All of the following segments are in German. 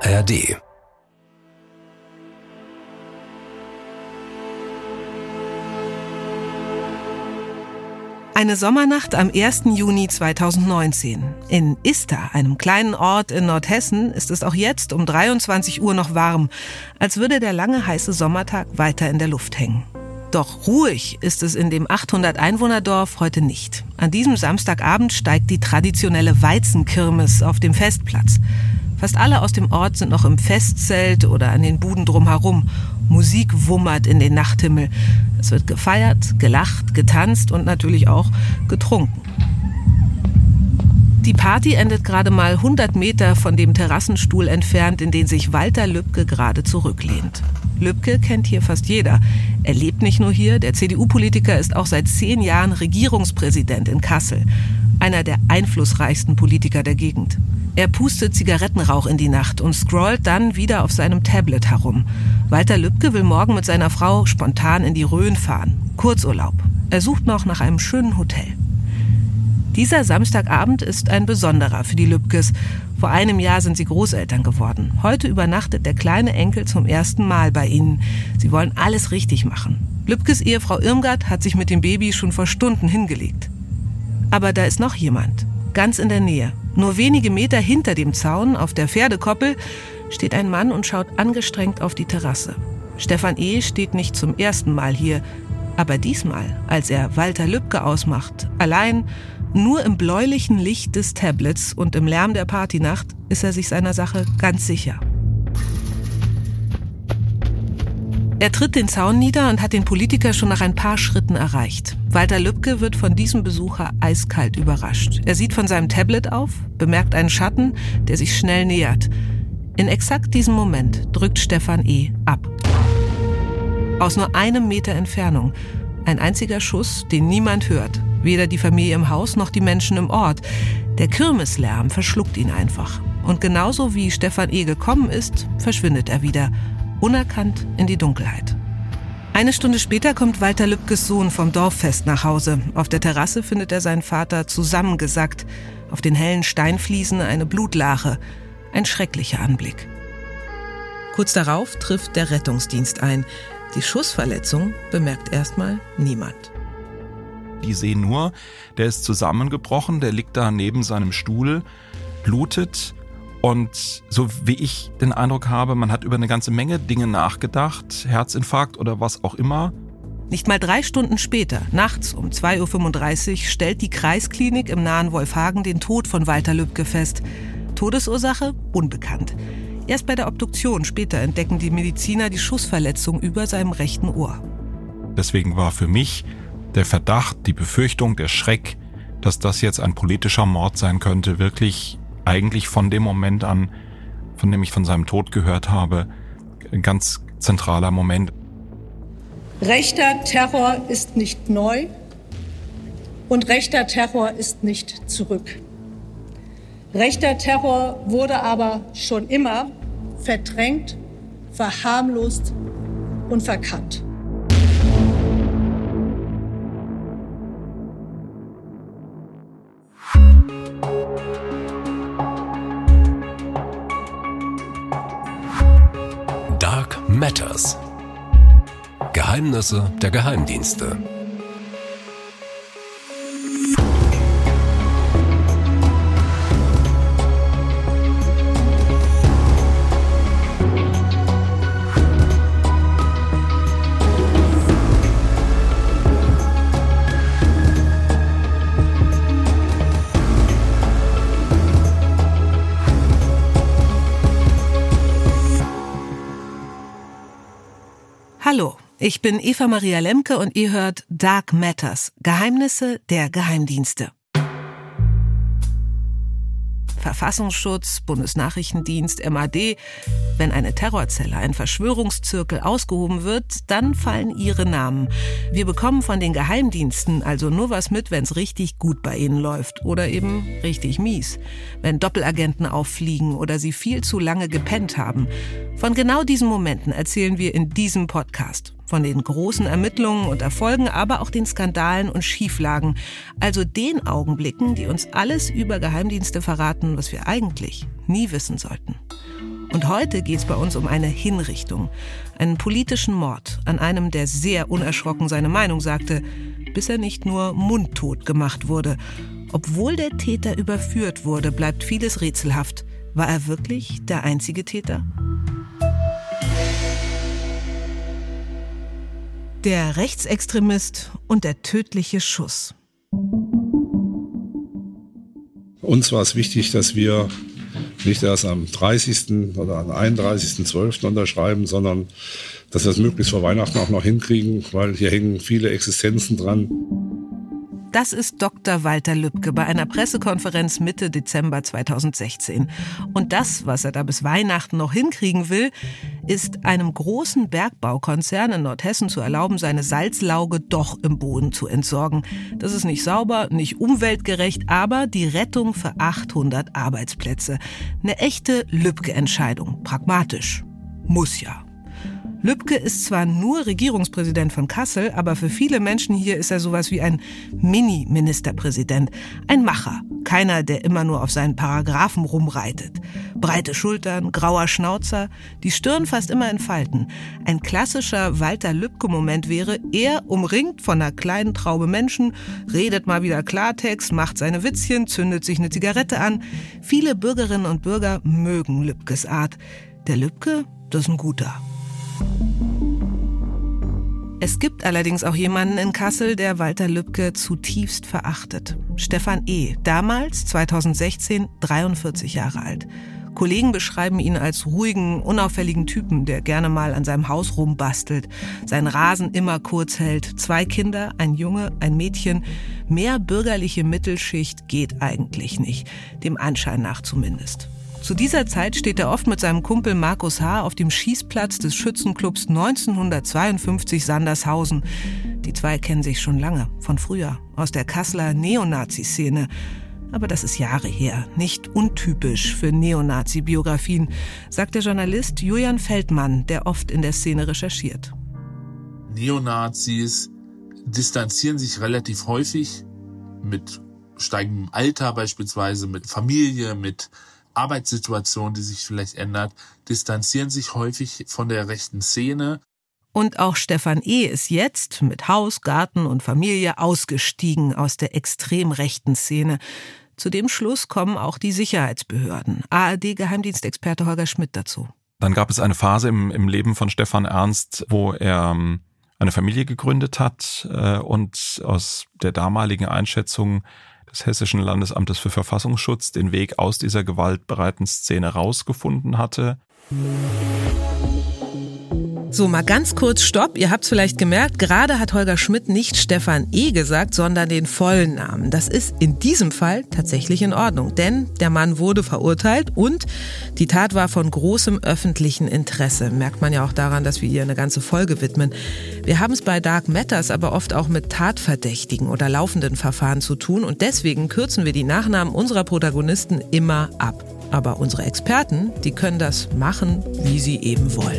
ARD. Eine Sommernacht am 1. Juni 2019. In Ista, einem kleinen Ort in Nordhessen, ist es auch jetzt um 23 Uhr noch warm, als würde der lange heiße Sommertag weiter in der Luft hängen. Doch ruhig ist es in dem 800-Einwohner-Dorf heute nicht. An diesem Samstagabend steigt die traditionelle Weizenkirmes auf dem Festplatz. Fast alle aus dem Ort sind noch im Festzelt oder an den Buden drumherum. Musik wummert in den Nachthimmel. Es wird gefeiert, gelacht, getanzt und natürlich auch getrunken. Die Party endet gerade mal 100 Meter von dem Terrassenstuhl entfernt, in den sich Walter Lübcke gerade zurücklehnt. Lübcke kennt hier fast jeder. Er lebt nicht nur hier, der CDU-Politiker ist auch seit 10 Jahren Regierungspräsident in Kassel. Einer der einflussreichsten Politiker der Gegend. Er pustet Zigarettenrauch in die Nacht und scrollt dann wieder auf seinem Tablet herum. Walter Lübcke will morgen mit seiner Frau spontan in die Rhön fahren. Kurzurlaub. Er sucht noch nach einem schönen Hotel. Dieser Samstagabend ist ein besonderer für die Lübkes. Vor einem Jahr sind sie Großeltern geworden. Heute übernachtet der kleine Enkel zum ersten Mal bei ihnen. Sie wollen alles richtig machen. Lübkes Ehefrau Irmgard hat sich mit dem Baby schon vor Stunden hingelegt. Aber da ist noch jemand. Ganz in der Nähe. Nur wenige Meter hinter dem Zaun, auf der Pferdekoppel, steht ein Mann und schaut angestrengt auf die Terrasse. Stefan E. steht nicht zum ersten Mal hier. Aber diesmal, als er Walter Lübcke ausmacht, allein, nur im bläulichen Licht des Tablets und im Lärm der Partynacht, ist er sich seiner Sache ganz sicher. Er tritt den Zaun nieder und hat den Politiker schon nach ein paar Schritten erreicht. Walter Lübcke wird von diesem Besucher eiskalt überrascht. Er sieht von seinem Tablet auf, bemerkt einen Schatten, der sich schnell nähert. In exakt diesem Moment drückt Stefan E. ab. Aus nur 1 Meter Entfernung. Ein einziger Schuss, den niemand hört. Weder die Familie im Haus noch die Menschen im Ort. Der Kirmeslärm verschluckt ihn einfach. Und genauso wie Stefan E. gekommen ist, verschwindet er wieder. Unerkannt in die Dunkelheit. Eine Stunde später kommt Walter Lübkes Sohn vom Dorffest nach Hause. Auf der Terrasse findet er seinen Vater zusammengesackt. Auf den hellen Steinfliesen eine Blutlache. Ein schrecklicher Anblick. Kurz darauf trifft der Rettungsdienst ein. Die Schussverletzung bemerkt erstmal niemand. Die sehen nur, der ist zusammengebrochen, der liegt da neben seinem Stuhl, blutet. Und so wie ich den Eindruck habe, man hat über eine ganze Menge Dinge nachgedacht, Herzinfarkt oder was auch immer. Nicht mal 3 Stunden später, nachts um 2.35 Uhr, stellt die Kreisklinik im nahen Wolfhagen den Tod von Walter Lübcke fest. Todesursache? Unbekannt. Erst bei der Obduktion später entdecken die Mediziner die Schussverletzung über seinem rechten Ohr. Deswegen war für mich der Verdacht, die Befürchtung, der Schreck, dass das jetzt ein politischer Mord sein könnte, wirklich eigentlich von dem Moment an, von dem ich von seinem Tod gehört habe, ein ganz zentraler Moment. Rechter Terror ist nicht neu und rechter Terror ist nicht zurück. Rechter Terror wurde aber schon immer verdrängt, verharmlost und verkannt. Dark Matters. Geheimnisse der Geheimdienste. Hallo, ich bin Eva Maria Lemke und ihr hört Dark Matters, Geheimnisse der Geheimdienste. Verfassungsschutz, Bundesnachrichtendienst, MAD. Wenn eine Terrorzelle, ein Verschwörungszirkel ausgehoben wird, dann fallen ihre Namen. Wir bekommen von den Geheimdiensten also nur was mit, wenn es richtig gut bei ihnen läuft oder eben richtig mies. Wenn Doppelagenten auffliegen oder sie viel zu lange gepennt haben. Von genau diesen Momenten erzählen wir in diesem Podcast. Von den großen Ermittlungen und Erfolgen, aber auch den Skandalen und Schieflagen. Also den Augenblicken, die uns alles über Geheimdienste verraten, was wir eigentlich nie wissen sollten. Und heute geht es bei uns um eine Hinrichtung, einen politischen Mord an einem, der sehr unerschrocken seine Meinung sagte, bis er nicht nur mundtot gemacht wurde. Obwohl der Täter überführt wurde, bleibt vieles rätselhaft. War er wirklich der einzige Täter? Der Rechtsextremist und der tödliche Schuss. Uns war es wichtig, dass wir nicht erst am 30. oder am 31.12. unterschreiben, sondern dass wir es möglichst vor Weihnachten auch noch hinkriegen, weil hier hängen viele Existenzen dran. Das ist Dr. Walter Lübcke bei einer Pressekonferenz Mitte Dezember 2016. Und das, was er da bis Weihnachten noch hinkriegen will, ist einem großen Bergbaukonzern in Nordhessen zu erlauben, seine Salzlauge doch im Boden zu entsorgen. Das ist nicht sauber, nicht umweltgerecht, aber die Rettung für 800 Arbeitsplätze. Eine echte Lübcke-Entscheidung. Pragmatisch. Muss ja. Lübcke ist zwar nur Regierungspräsident von Kassel, aber für viele Menschen hier ist er sowas wie ein Mini-Ministerpräsident. Ein Macher, keiner, der immer nur auf seinen Paragraphen rumreitet. Breite Schultern, grauer Schnauzer, die Stirn fast immer in Falten. Ein klassischer Walter-Lübcke-Moment wäre, er umringt von einer kleinen Traube Menschen, redet mal wieder Klartext, macht seine Witzchen, zündet sich eine Zigarette an. Viele Bürgerinnen und Bürger mögen Lübkes Art. Der Lübcke, das ist ein guter. Es gibt allerdings auch jemanden in Kassel, der Walter Lübcke zutiefst verachtet. Stefan E., damals, 2016, 43 Jahre alt. Kollegen beschreiben ihn als ruhigen, unauffälligen Typen, der gerne mal an seinem Haus rumbastelt, seinen Rasen immer kurz hält. 2 Kinder, ein Junge, ein Mädchen. Mehr bürgerliche Mittelschicht geht eigentlich nicht, dem Anschein nach zumindest. Zu dieser Zeit steht er oft mit seinem Kumpel Markus H. auf dem Schießplatz des Schützenclubs 1952 Sandershausen. Die 2 kennen sich schon lange, von früher, aus der Kasseler Neonazi-Szene. Aber das ist Jahre her, nicht untypisch für Neonazi-Biografien, sagt der Journalist Julian Feldmann, der oft in der Szene recherchiert. Neonazis distanzieren sich relativ häufig mit steigendem Alter beispielsweise, mit Familie, mit Arbeitssituation, die sich vielleicht ändert, distanzieren sich häufig von der rechten Szene. Und auch Stefan E. ist jetzt mit Haus, Garten und Familie ausgestiegen aus der extrem rechten Szene. Zu dem Schluss kommen auch die Sicherheitsbehörden. ARD-Geheimdienstexperte Holger Schmidt dazu. Dann gab es eine Phase im Leben von Stefan Ernst, wo er eine Familie gegründet hat und aus der damaligen Einschätzung des Hessischen Landesamtes für Verfassungsschutz den Weg aus dieser gewaltbereiten Szene rausgefunden hatte. So, mal ganz kurz Stopp. Ihr habt es vielleicht gemerkt, gerade hat Holger Schmidt nicht Stefan E. gesagt, sondern den vollen Namen. Das ist in diesem Fall tatsächlich in Ordnung, denn der Mann wurde verurteilt und die Tat war von großem öffentlichen Interesse. Merkt man ja auch daran, dass wir ihr eine ganze Folge widmen. Wir haben es bei Dark Matters aber oft auch mit Tatverdächtigen oder laufenden Verfahren zu tun und deswegen kürzen wir die Nachnamen unserer Protagonisten immer ab. Aber unsere Experten, die können das machen, wie sie eben wollen.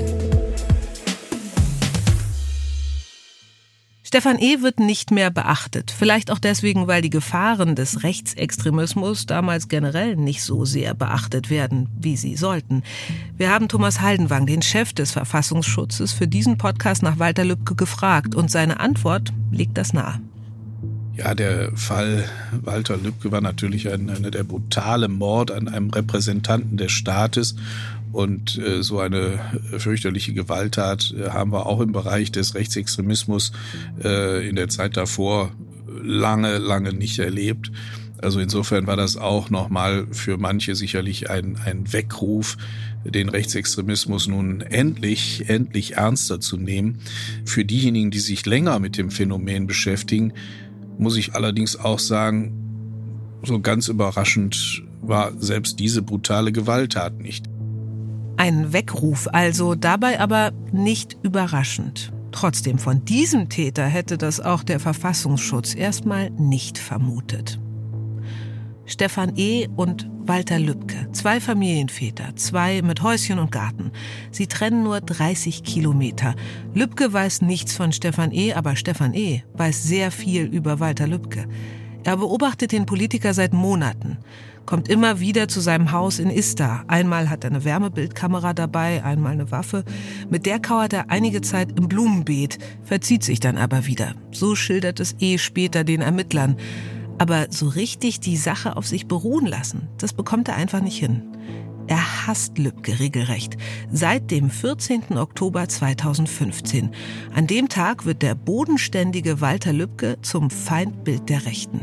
Stefan E. wird nicht mehr beachtet. Vielleicht auch deswegen, weil die Gefahren des Rechtsextremismus damals generell nicht so sehr beachtet werden, wie sie sollten. Wir haben Thomas Haldenwang, den Chef des Verfassungsschutzes, für diesen Podcast nach Walter Lübcke gefragt. Und seine Antwort legt das nahe. Ja, der Fall Walter Lübcke war natürlich der brutale Mord an einem Repräsentanten des Staates. Und so eine fürchterliche Gewalttat haben wir auch im Bereich des Rechtsextremismus in der Zeit davor lange nicht erlebt. Also insofern war das auch nochmal für manche sicherlich ein Weckruf, den Rechtsextremismus nun endlich ernster zu nehmen. Für diejenigen, die sich länger mit dem Phänomen beschäftigen, muss ich allerdings auch sagen, so ganz überraschend war selbst diese brutale Gewalttat nicht. Ein Weckruf also, dabei aber nicht überraschend. Trotzdem, von diesem Täter hätte das auch der Verfassungsschutz erstmal nicht vermutet. Stefan E. und Walter Lübcke, 2 Familienväter, 2 mit Häuschen und Garten. Sie trennen nur 30 Kilometer. Lübcke weiß nichts von Stefan E., aber Stefan E. weiß sehr viel über Walter Lübcke. Er beobachtet den Politiker seit Monaten. kommt immer wieder zu seinem Haus in Istar. Einmal hat er eine Wärmebildkamera dabei, einmal eine Waffe. Mit der kauert er einige Zeit im Blumenbeet, verzieht sich dann aber wieder. So schildert es später den Ermittlern. Aber so richtig die Sache auf sich beruhen lassen, das bekommt er einfach nicht hin. Er hasst Lübke regelrecht. Seit dem 14. Oktober 2015. An dem Tag wird der bodenständige Walter Lübke zum Feindbild der Rechten.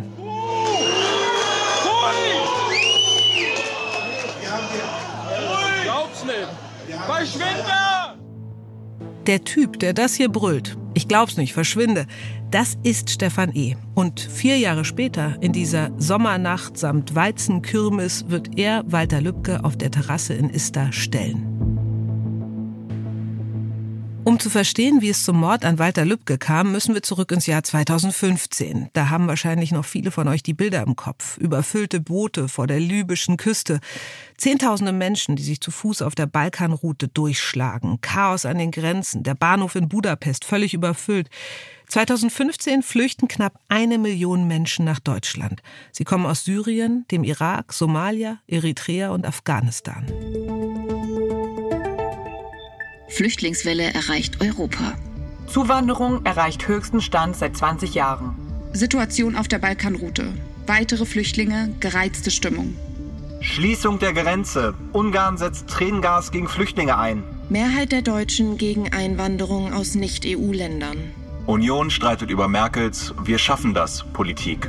Glaub's nicht! Verschwinde! Der Typ, der das hier brüllt, ich glaub's nicht, verschwinde, das ist Stefan E. Und 4 Jahre später, in dieser Sommernacht samt Weizenkirmes, wird er Walter Lübke auf der Terrasse in Istar stellen. Um zu verstehen, wie es zum Mord an Walter Lübke kam, müssen wir zurück ins Jahr 2015. Da haben wahrscheinlich noch viele von euch die Bilder im Kopf. Überfüllte Boote vor der libyschen Küste. Zehntausende Menschen, die sich zu Fuß auf der Balkanroute durchschlagen. Chaos an den Grenzen. Der Bahnhof in Budapest völlig überfüllt. 2015 flüchten knapp 1 Million Menschen nach Deutschland. Sie kommen aus Syrien, dem Irak, Somalia, Eritrea und Afghanistan. Flüchtlingswelle erreicht Europa. Zuwanderung erreicht höchsten Stand seit 20 Jahren. Situation auf der Balkanroute. Weitere Flüchtlinge, gereizte Stimmung. Schließung der Grenze. Ungarn setzt Tränengas gegen Flüchtlinge ein. Mehrheit der Deutschen gegen Einwanderung aus Nicht-EU-Ländern. Union streitet über Merkels "Wir schaffen das" Politik.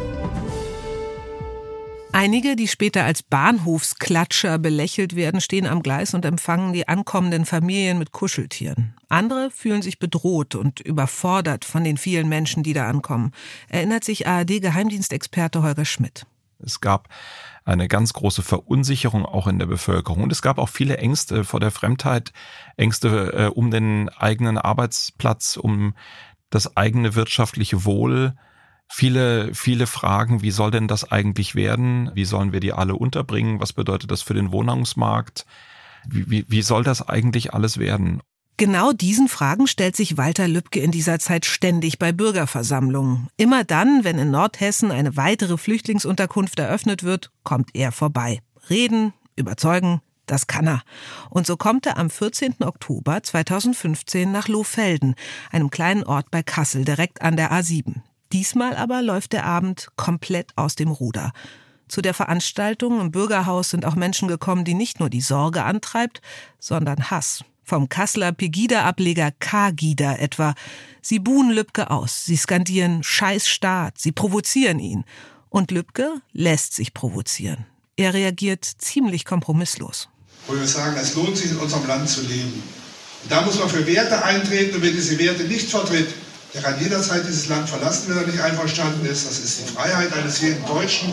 Einige, die später als Bahnhofsklatscher belächelt werden, stehen am Gleis und empfangen die ankommenden Familien mit Kuscheltieren. Andere fühlen sich bedroht und überfordert von den vielen Menschen, die da ankommen, erinnert sich ARD-Geheimdienstexperte Holger Schmidt. Es gab eine ganz große Verunsicherung auch in der Bevölkerung. Und es gab auch viele Ängste vor der Fremdheit, Ängste um den eigenen Arbeitsplatz, um das eigene wirtschaftliche Wohl. Viele Fragen, wie soll denn das eigentlich werden? Wie sollen wir die alle unterbringen? Was bedeutet das für den Wohnungsmarkt? Wie soll das eigentlich alles werden? Genau diesen Fragen stellt sich Walter Lübke in dieser Zeit ständig bei Bürgerversammlungen. Immer dann, wenn in Nordhessen eine weitere Flüchtlingsunterkunft eröffnet wird, kommt er vorbei. Reden, überzeugen, das kann er. Und so kommt er am 14. Oktober 2015 nach Lohfelden, einem kleinen Ort bei Kassel, direkt an der A7. Diesmal aber läuft der Abend komplett aus dem Ruder. Zu der Veranstaltung im Bürgerhaus sind auch Menschen gekommen, die nicht nur die Sorge antreibt, sondern Hass. Vom Kasseler Pegida-Ableger K-Gida etwa. Sie buhen Lübke aus, sie skandieren "Scheiß Staat", sie provozieren ihn. Und Lübke lässt sich provozieren. Er reagiert ziemlich kompromisslos. Wo wir sagen, es lohnt sich, in unserem Land zu leben. Und da muss man für Werte eintreten, und wer diese Werte nicht vertritt, der kann jederzeit dieses Land verlassen, wenn er nicht einverstanden ist. Das ist die Freiheit eines jeden Deutschen.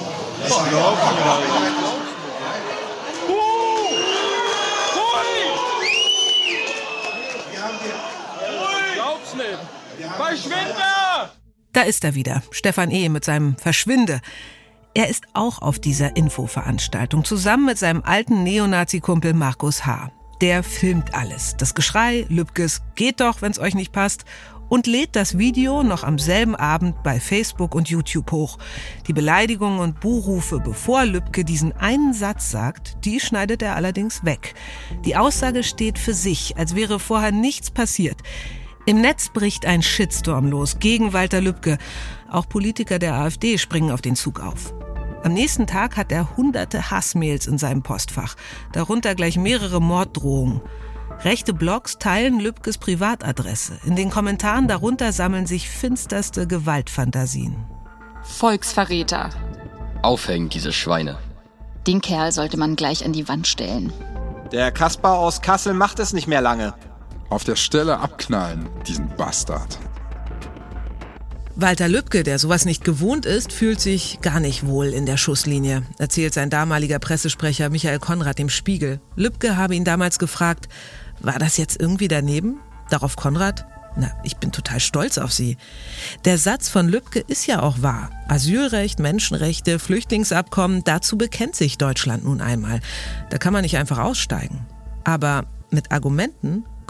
Glaub's nicht! Verschwinde! Da ist er wieder, Stefan E. mit seinem Verschwinde. Er ist auch auf dieser Infoveranstaltung, zusammen mit seinem alten Neonazi-Kumpel Markus H. Der filmt alles. Das Geschrei Lübkes "Geht doch, wenn's euch nicht passt", und lädt das Video noch am selben Abend bei Facebook und YouTube hoch. Die Beleidigungen und Buhrufe, bevor Lübke diesen einen Satz sagt, die schneidet er allerdings weg. Die Aussage steht für sich, als wäre vorher nichts passiert. Im Netz bricht ein Shitstorm los gegen Walter Lübke. Auch Politiker der AfD springen auf den Zug auf. Am nächsten Tag hat er hunderte Hassmails in seinem Postfach, darunter gleich mehrere Morddrohungen. Rechte Blogs teilen Lübkes Privatadresse. In den Kommentaren darunter sammeln sich finsterste Gewaltfantasien. Volksverräter. Aufhängen, diese Schweine. Den Kerl sollte man gleich an die Wand stellen. Der Kaspar aus Kassel macht es nicht mehr lange. Auf der Stelle abknallen, diesen Bastard. Walter Lübke, der sowas nicht gewohnt ist, fühlt sich gar nicht wohl in der Schusslinie, erzählt sein damaliger Pressesprecher Michael Konrad dem Spiegel. Lübke habe ihn damals gefragt, war das jetzt irgendwie daneben? Darauf Konrad: Na, ich bin total stolz auf Sie. Der Satz von Lübke ist ja auch wahr. Asylrecht, Menschenrechte, Flüchtlingsabkommen, dazu bekennt sich Deutschland nun einmal. Da kann man nicht einfach aussteigen. Aber mit Argumenten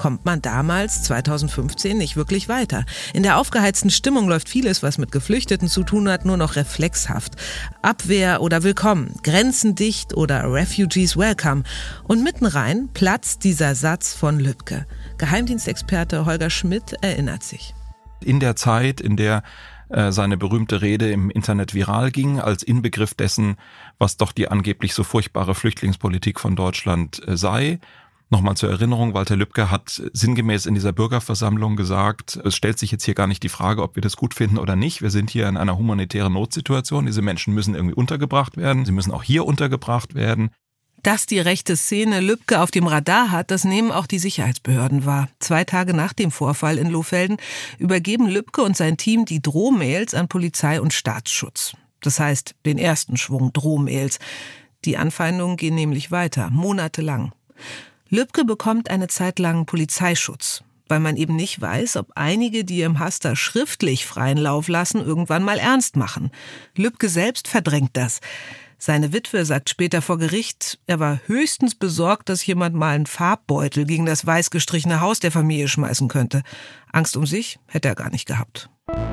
kommt man damals, 2015, nicht wirklich weiter. In der aufgeheizten Stimmung läuft vieles, was mit Geflüchteten zu tun hat, nur noch reflexhaft. Abwehr oder Willkommen, Grenzen dicht oder Refugees welcome. Und mitten rein platzt dieser Satz von Lübke. Geheimdienstexperte Holger Schmidt erinnert sich. In der Zeit, in der seine berühmte Rede im Internet viral ging, als Inbegriff dessen, was doch die angeblich so furchtbare Flüchtlingspolitik von Deutschland sei. Nochmal zur Erinnerung, Walter Lübcke hat sinngemäß in dieser Bürgerversammlung gesagt, es stellt sich jetzt hier gar nicht die Frage, ob wir das gut finden oder nicht. Wir sind hier in einer humanitären Notsituation. Diese Menschen müssen irgendwie untergebracht werden. Sie müssen auch hier untergebracht werden. Dass die rechte Szene Lübcke auf dem Radar hat, das nehmen auch die Sicherheitsbehörden wahr. 2 Tage nach dem Vorfall in Lohfelden übergeben Lübcke und sein Team die Drohmails an Polizei und Staatsschutz. Das heißt, den ersten Schwung Drohmails. Die Anfeindungen gehen nämlich weiter, monatelang. Lübcke bekommt eine Zeit lang Polizeischutz, weil man eben nicht weiß, ob einige, die im Haster schriftlich freien Lauf lassen, irgendwann mal ernst machen. Lübcke selbst verdrängt das. Seine Witwe sagt später vor Gericht, er war höchstens besorgt, dass jemand mal einen Farbbeutel gegen das weiß gestrichene Haus der Familie schmeißen könnte. Angst um sich hätte er gar nicht gehabt.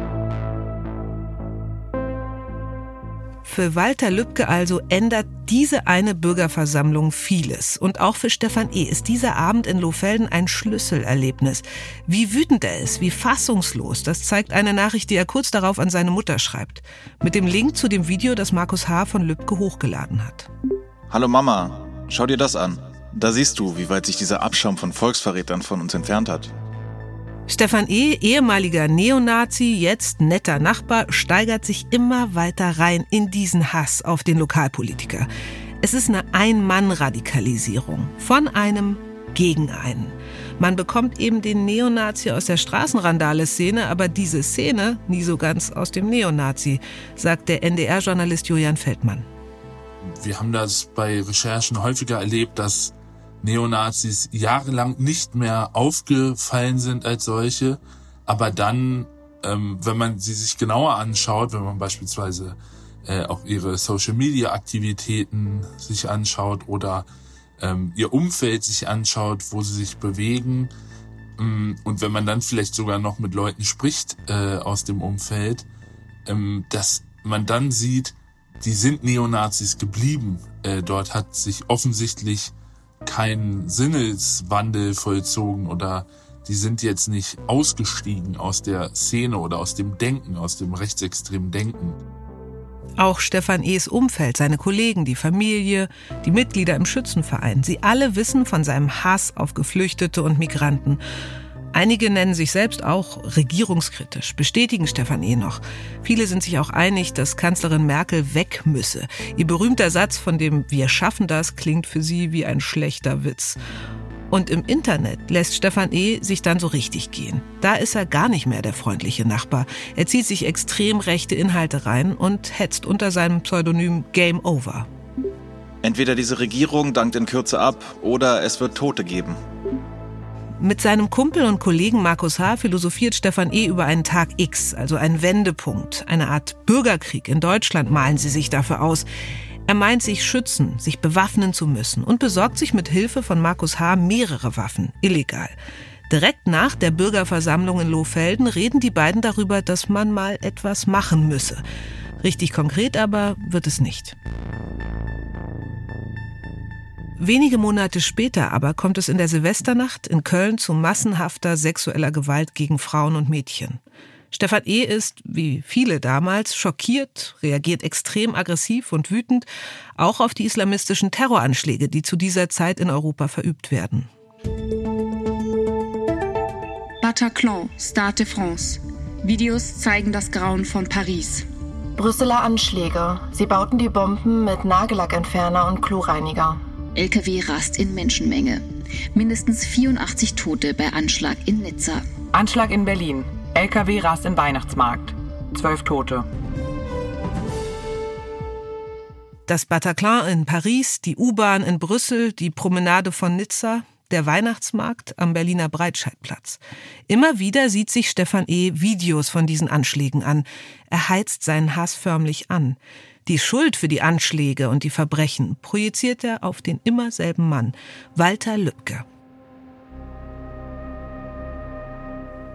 Für Walter Lübcke also ändert diese eine Bürgerversammlung vieles. Und auch für Stefan E. ist dieser Abend in Lohfelden ein Schlüsselerlebnis. Wie wütend er ist, wie fassungslos, das zeigt eine Nachricht, die er kurz darauf an seine Mutter schreibt. Mit dem Link zu dem Video, das Markus H. von Lübcke hochgeladen hat. Hallo Mama, schau dir das an. Da siehst du, wie weit sich dieser Abschaum von Volksverrätern von uns entfernt hat. Stefan E., ehemaliger Neonazi, jetzt netter Nachbar, steigert sich immer weiter rein in diesen Hass auf den Lokalpolitiker. Es ist eine Ein-Mann-Radikalisierung von einem gegen einen. Man bekommt eben den Neonazi aus der Straßenrandale-Szene, aber diese Szene nie so ganz aus dem Neonazi, sagt der NDR-Journalist Julian Feldmann. Wir haben das bei Recherchen häufiger erlebt, dass Neonazis jahrelang nicht mehr aufgefallen sind als solche, aber dann, wenn man sie sich genauer anschaut, wenn man beispielsweise auch ihre Social-Media-Aktivitäten sich anschaut oder ihr Umfeld sich anschaut, wo sie sich bewegen, und wenn man dann vielleicht sogar noch mit Leuten spricht aus dem Umfeld, dass man dann sieht, die sind Neonazis geblieben. Dort hat sich offensichtlich kein Sinneswandel vollzogen oder die sind jetzt nicht ausgestiegen aus der Szene oder aus dem Denken, aus dem rechtsextremen Denken. Auch Stefan E.'s Umfeld, seine Kollegen, die Familie, die Mitglieder im Schützenverein, sie alle wissen von seinem Hass auf Geflüchtete und Migranten. Einige nennen sich selbst auch regierungskritisch, bestätigen Stefan E. noch. Viele sind sich auch einig, dass Kanzlerin Merkel weg müsse. Ihr berühmter Satz von dem "Wir schaffen das" klingt für sie wie ein schlechter Witz. Und im Internet lässt Stefan E. sich dann so richtig gehen. Da ist er gar nicht mehr der freundliche Nachbar. Er zieht sich extrem rechte Inhalte rein und hetzt unter seinem Pseudonym Game Over. Entweder diese Regierung dankt in Kürze ab oder es wird Tote geben. Mit seinem Kumpel und Kollegen Markus H. philosophiert Stefan E. über einen Tag X, also einen Wendepunkt. Eine Art Bürgerkrieg in Deutschland malen sie sich dafür aus. Er meint, sich schützen, sich bewaffnen zu müssen und besorgt sich mit Hilfe von Markus H. mehrere Waffen, illegal. Direkt nach der Bürgerversammlung in Lohfelden reden die beiden darüber, dass man mal etwas machen müsse. Richtig konkret aber wird es nicht. Wenige Monate später aber kommt es in der Silvesternacht in Köln zu massenhafter sexueller Gewalt gegen Frauen und Mädchen. Stefan E. ist, wie viele damals, schockiert, reagiert extrem aggressiv und wütend, auch auf die islamistischen Terroranschläge, die zu dieser Zeit in Europa verübt werden. Bataclan, Stade de France. Videos zeigen das Grauen von Paris. Brüsseler Anschläge. Sie bauten die Bomben mit Nagellackentferner und Kloreiniger. LKW rast in Menschenmenge. Mindestens 84 Tote bei Anschlag in Nizza. Anschlag in Berlin. LKW rast in Weihnachtsmarkt. 12 Tote. Das Bataclan in Paris, die U-Bahn in Brüssel, die Promenade von Nizza, der Weihnachtsmarkt am Berliner Breitscheidplatz. Immer wieder sieht sich Stefan E. Videos von diesen Anschlägen an. Er heizt seinen Hass förmlich an. Die Schuld für die Anschläge und die Verbrechen projiziert er auf den immer selben Mann, Walter Lübcke.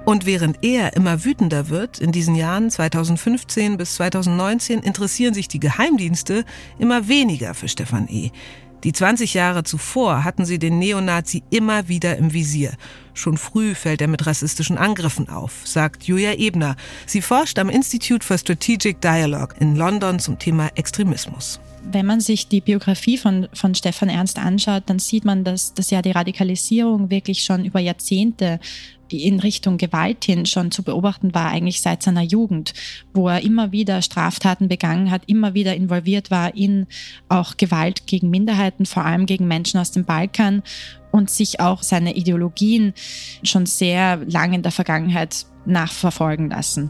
Und während er immer wütender wird, in diesen Jahren 2015 bis 2019 interessieren sich die Geheimdienste immer weniger für Stephan E. Die 20 Jahre zuvor hatten sie den Neonazi immer wieder im Visier. Schon früh fällt er mit rassistischen Angriffen auf, sagt Julia Ebner. Sie forscht am Institute for Strategic Dialogue in London zum Thema Extremismus. Wenn man sich die Biografie von Stephan Ernst anschaut, dann sieht man, dass ja die Radikalisierung wirklich schon über Jahrzehnte in Richtung Gewalt hin schon zu beobachten war, eigentlich seit seiner Jugend, wo er immer wieder Straftaten begangen hat, immer wieder involviert war in auch Gewalt gegen Minderheiten, vor allem gegen Menschen aus dem Balkan und sich auch seine Ideologien schon sehr lang in der Vergangenheit nachverfolgen lassen.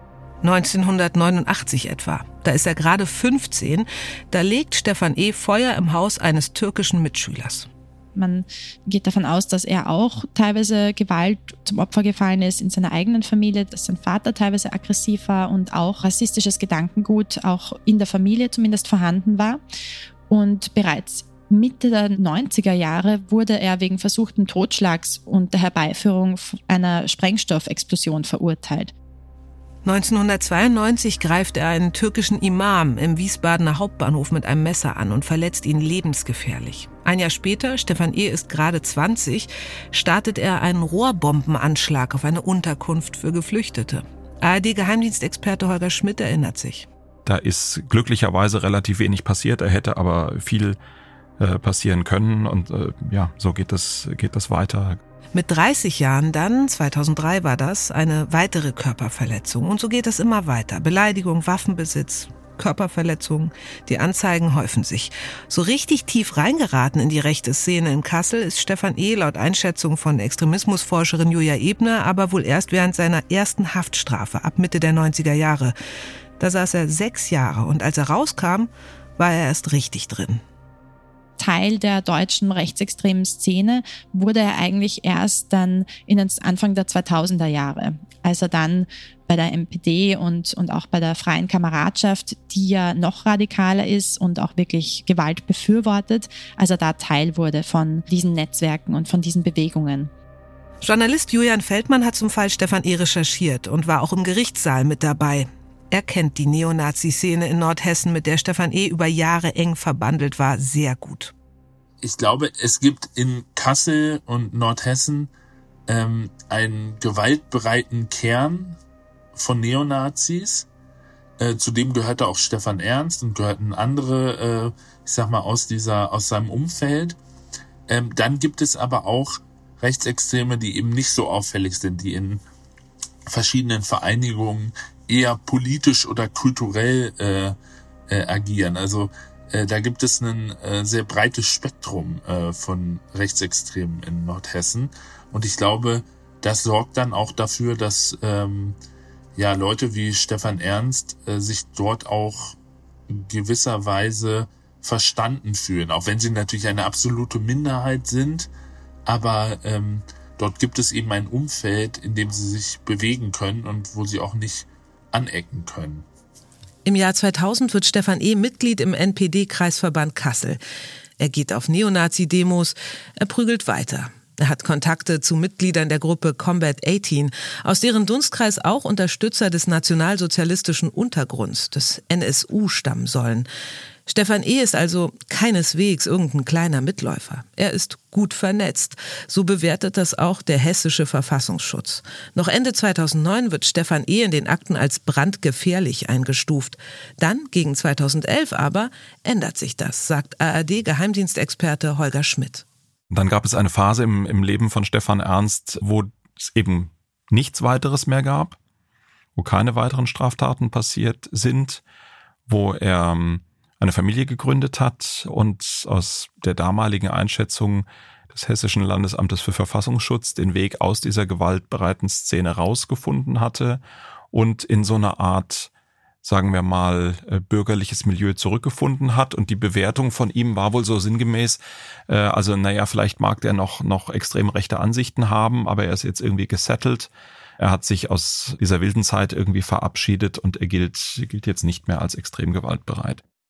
1989 etwa, da ist er gerade 15, da legt Stephan E. Feuer im Haus eines türkischen Mitschülers. Man geht davon aus, dass er auch teilweise Gewalt zum Opfer gefallen ist in seiner eigenen Familie, dass sein Vater teilweise aggressiv war und auch rassistisches Gedankengut auch in der Familie zumindest vorhanden war. Und bereits Mitte der 90er Jahre wurde er wegen versuchten Totschlags und der Herbeiführung einer Sprengstoffexplosion verurteilt. 1992 greift er einen türkischen Imam im Wiesbadener Hauptbahnhof mit einem Messer an und verletzt ihn lebensgefährlich. Ein Jahr später, Stephan E. ist gerade 20, startet er einen Rohrbombenanschlag auf eine Unterkunft für Geflüchtete. ARD-Geheimdienstexperte Holger Schmidt erinnert sich. Da ist glücklicherweise relativ wenig passiert, er hätte aber viel passieren können und so geht das weiter. Mit 30 Jahren dann, 2003 war das, eine weitere Körperverletzung. Und so geht es immer weiter. Beleidigung, Waffenbesitz, Körperverletzungen. Die Anzeigen häufen sich. So richtig tief reingeraten in die rechte Szene in Kassel ist Stephan E. laut Einschätzung von Extremismusforscherin Julia Ebner aber wohl erst während seiner ersten Haftstrafe ab Mitte der 90er Jahre. Da saß er 6 Jahre und als er rauskam, war er erst richtig drin. Teil der deutschen rechtsextremen Szene wurde er eigentlich erst dann in den Anfang der 2000er Jahre, als er dann bei der NPD und auch bei der Freien Kameradschaft, die ja noch radikaler ist und auch wirklich Gewalt befürwortet, als er da Teil wurde von diesen Netzwerken und von diesen Bewegungen. Journalist Julian Feldmann hat zum Fall Stephan E. recherchiert und war auch im Gerichtssaal mit dabei. Er kennt die Neonazi-Szene in Nordhessen, mit der Stephan E. über Jahre eng verbandelt war, sehr gut. Ich glaube, es gibt in Kassel und Nordhessen einen gewaltbereiten Kern von Neonazis. Zu dem gehörte auch Stephan Ernst und gehörten andere, aus seinem Umfeld. Dann gibt es aber auch Rechtsextreme, die eben nicht so auffällig sind, die in verschiedenen Vereinigungen eher politisch oder kulturell agieren. Also da gibt es ein sehr breites Spektrum von Rechtsextremen in Nordhessen. Und ich glaube, das sorgt dann auch dafür, dass Leute wie Stephan Ernst sich dort auch in gewisser Weise verstanden fühlen. Auch wenn sie natürlich eine absolute Minderheit sind. Aber dort gibt es eben ein Umfeld, in dem sie sich bewegen können und wo sie auch nicht anecken können. Im Jahr 2000 wird Stephan E. Mitglied im NPD-Kreisverband Kassel. Er geht auf Neonazi-Demos, er prügelt weiter. Er hat Kontakte zu Mitgliedern der Gruppe Combat 18, aus deren Dunstkreis auch Unterstützer des nationalsozialistischen Untergrunds, des NSU, stammen sollen. Stephan E. ist also keineswegs irgendein kleiner Mitläufer. Er ist gut vernetzt. So bewertet das auch der hessische Verfassungsschutz. Noch Ende 2009 wird Stephan E. in den Akten als brandgefährlich eingestuft. Dann, gegen 2011 aber, ändert sich das, sagt ARD-Geheimdienstexperte Holger Schmidt. Dann gab es eine Phase im Leben von Stephan Ernst, wo es eben nichts weiteres mehr gab, wo keine weiteren Straftaten passiert sind, wo er eine Familie gegründet hat und aus der damaligen Einschätzung des Hessischen Landesamtes für Verfassungsschutz den Weg aus dieser gewaltbereiten Szene rausgefunden hatte und in so eine Art, sagen wir mal, bürgerliches Milieu zurückgefunden hat. Und die Bewertung von ihm war wohl so sinngemäß, vielleicht mag der noch extrem rechte Ansichten haben, aber er ist jetzt irgendwie gesettelt. Er hat sich aus dieser wilden Zeit irgendwie verabschiedet und er gilt jetzt nicht mehr als extrem gewaltbereit.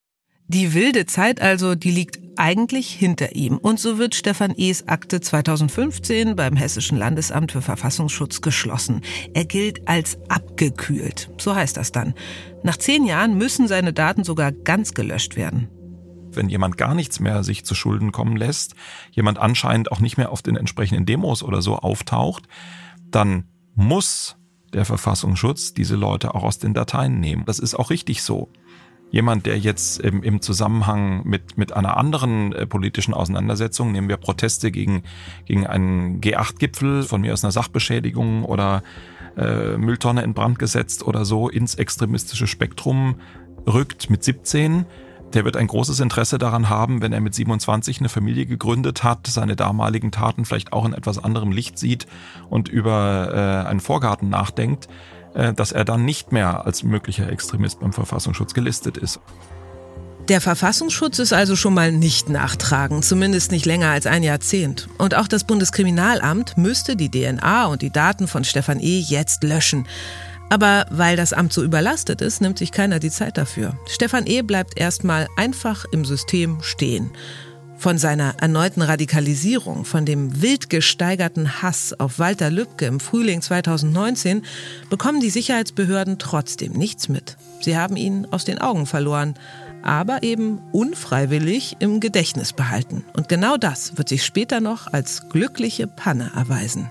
Die wilde Zeit also, die liegt eigentlich hinter ihm. Und so wird Stefan E.'s Akte 2015 beim Hessischen Landesamt für Verfassungsschutz geschlossen. Er gilt als abgekühlt. So heißt das dann. Nach 10 Jahren müssen seine Daten sogar ganz gelöscht werden. Wenn jemand gar nichts mehr sich zu Schulden kommen lässt, jemand anscheinend auch nicht mehr auf den entsprechenden Demos oder so auftaucht, dann muss der Verfassungsschutz diese Leute auch aus den Dateien nehmen. Das ist auch richtig so. Jemand, der jetzt im Zusammenhang mit einer anderen politischen Auseinandersetzung, nehmen wir Proteste gegen einen G8-Gipfel, von mir aus einer Sachbeschädigung oder Mülltonne in Brand gesetzt oder so, ins extremistische Spektrum rückt mit 17, der wird ein großes Interesse daran haben, wenn er mit 27 eine Familie gegründet hat, seine damaligen Taten vielleicht auch in etwas anderem Licht sieht und über einen Vorgarten nachdenkt, dass er dann nicht mehr als möglicher Extremist beim Verfassungsschutz gelistet ist. Der Verfassungsschutz ist also schon mal nicht nachtragend, zumindest nicht länger als ein Jahrzehnt. Und auch das Bundeskriminalamt müsste die DNA und die Daten von Stefan E. jetzt löschen. Aber weil das Amt so überlastet ist, nimmt sich keiner die Zeit dafür. Stefan E. bleibt erstmal einfach im System stehen. Von seiner erneuten Radikalisierung, von dem wild gesteigerten Hass auf Walter Lübcke im Frühling 2019 bekommen die Sicherheitsbehörden trotzdem nichts mit. Sie haben ihn aus den Augen verloren, aber eben unfreiwillig im Gedächtnis behalten. Und genau das wird sich später noch als glückliche Panne erweisen.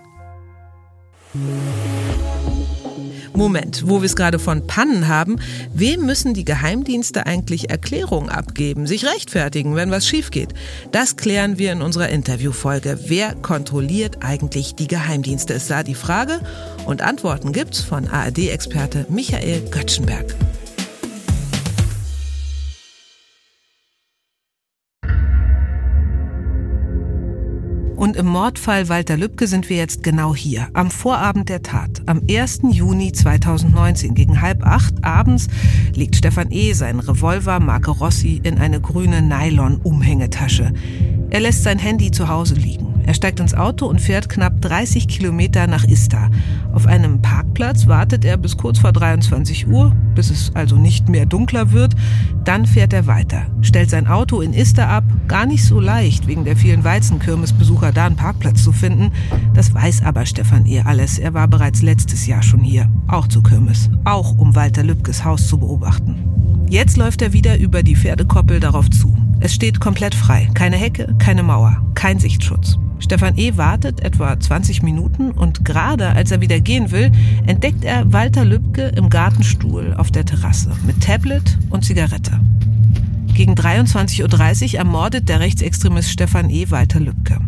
Moment, wo wir es gerade von Pannen haben, wem müssen die Geheimdienste eigentlich Erklärungen abgeben, sich rechtfertigen, wenn was schief geht? Das klären wir in unserer Interviewfolge. Wer kontrolliert eigentlich die Geheimdienste, ist da die Frage. Und Antworten gibt's von ARD-Experte Michael Göttschenberg. Und im Mordfall Walter Lübcke sind wir jetzt genau hier, am Vorabend der Tat. Am 1. Juni 2019, gegen 7:30 abends, legt Stefan E. seinen Revolver Marke Rossi in eine grüne Nylon-Umhängetasche. Er lässt sein Handy zu Hause liegen. Er steigt ins Auto und fährt knapp 30 Kilometer nach Istar. Auf einem Parkplatz wartet er bis kurz vor 23 Uhr, bis es also nicht mehr dunkler wird. Dann fährt er weiter, stellt sein Auto in Istar ab. Gar nicht so leicht, wegen der vielen Weizenkirmesbesucher da einen Parkplatz zu finden. Das weiß aber Stefan E. alles. Er war bereits letztes Jahr schon hier, auch zur Kirmes, auch um Walter Lübkes Haus zu beobachten. Jetzt läuft er wieder über die Pferdekoppel darauf zu. Es steht komplett frei. Keine Hecke, keine Mauer, kein Sichtschutz. Stefan E. wartet etwa 20 Minuten und gerade als er wieder gehen will, entdeckt er Walter Lübcke im Gartenstuhl auf der Terrasse mit Tablet und Zigarette. Gegen 23:30 Uhr ermordet der Rechtsextremist Stefan E. Walter Lübcke.